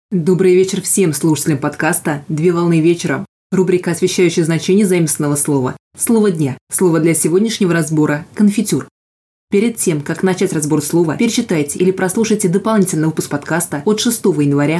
Добрый вечер всем слушателям подкаста «Две волны вечера». Рубрика, освещающая значение заимственного слова. Слово дня. Слово для сегодняшнего разбора – конфитюр. Перед тем, как начать разбор слова, перечитайте или прослушайте дополнительный выпуск подкаста от 6 января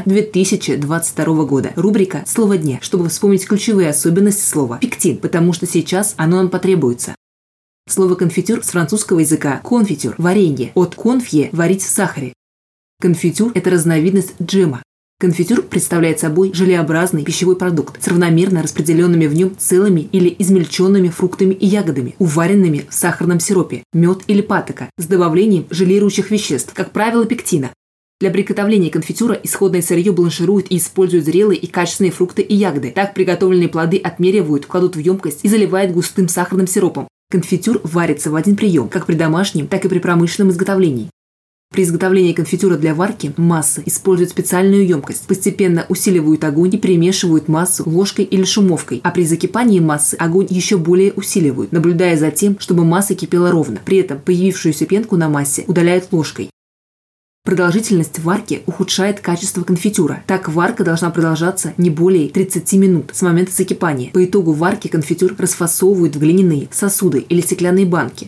2022 года. Рубрика «Слово дня», чтобы вспомнить ключевые особенности слова «пектин», потому что сейчас оно нам потребуется. Слово «конфитюр» с французского языка «конфитюр» – варенье, от «конфье» – варить в сахаре. Конфитюр – это разновидность джема. Конфитюр представляет собой желеобразный пищевой продукт с равномерно распределенными в нем целыми или измельченными фруктами и ягодами, уваренными в сахарном сиропе, мед или патока, с добавлением желирующих веществ, как правило, пектина. Для приготовления конфитюра исходное сырье бланшируют и используют зрелые и качественные фрукты и ягоды. Так приготовленные плоды отмеривают, кладут в емкость и заливают густым сахарным сиропом. Конфитюр варится в один прием, как при домашнем, так и при промышленном изготовлении. При изготовлении конфитюра для варки массы используют специальную емкость, постепенно усиливают огонь и перемешивают массу ложкой или шумовкой, а при закипании массы огонь еще более усиливают, наблюдая за тем, чтобы масса кипела ровно. При этом появившуюся пенку на массе удаляют ложкой. Продолжительность варки ухудшает качество конфитюра. Так варка должна продолжаться не более 30 минут с момента закипания. По итогу варки конфитюр расфасовывают в глиняные сосуды или стеклянные банки.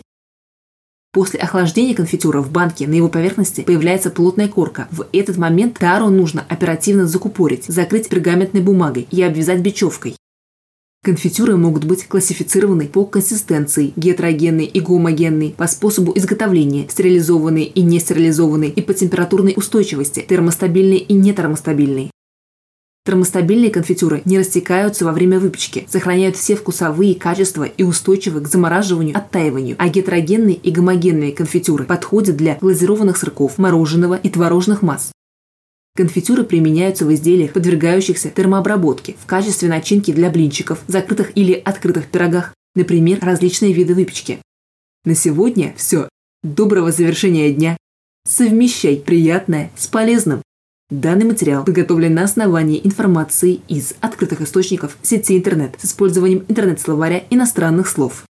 После охлаждения конфитюра в банке на его поверхности появляется плотная корка. В этот момент тару нужно оперативно закупорить, закрыть пергаментной бумагой и обвязать бечевкой. Конфитюры могут быть классифицированы по консистенции, гетерогенные и гомогенные, по способу изготовления, стерилизованные и нестерилизованные, и по температурной устойчивости, термостабильные и нетермостабильные. Термостабильные конфитюры не растекаются во время выпечки, сохраняют все вкусовые качества и устойчивы к замораживанию, оттаиванию, а гетерогенные и гомогенные конфитюры подходят для глазированных сырков, мороженого и творожных масс. Конфитюры применяются в изделиях, подвергающихся термообработке, в качестве начинки для блинчиков, закрытых или открытых пирогах, например, различные виды выпечки. На сегодня все. Доброго завершения дня. Совмещай приятное с полезным. Данный материал подготовлен на основании информации из открытых источников сети интернет с использованием интернет-словаря иностранных слов.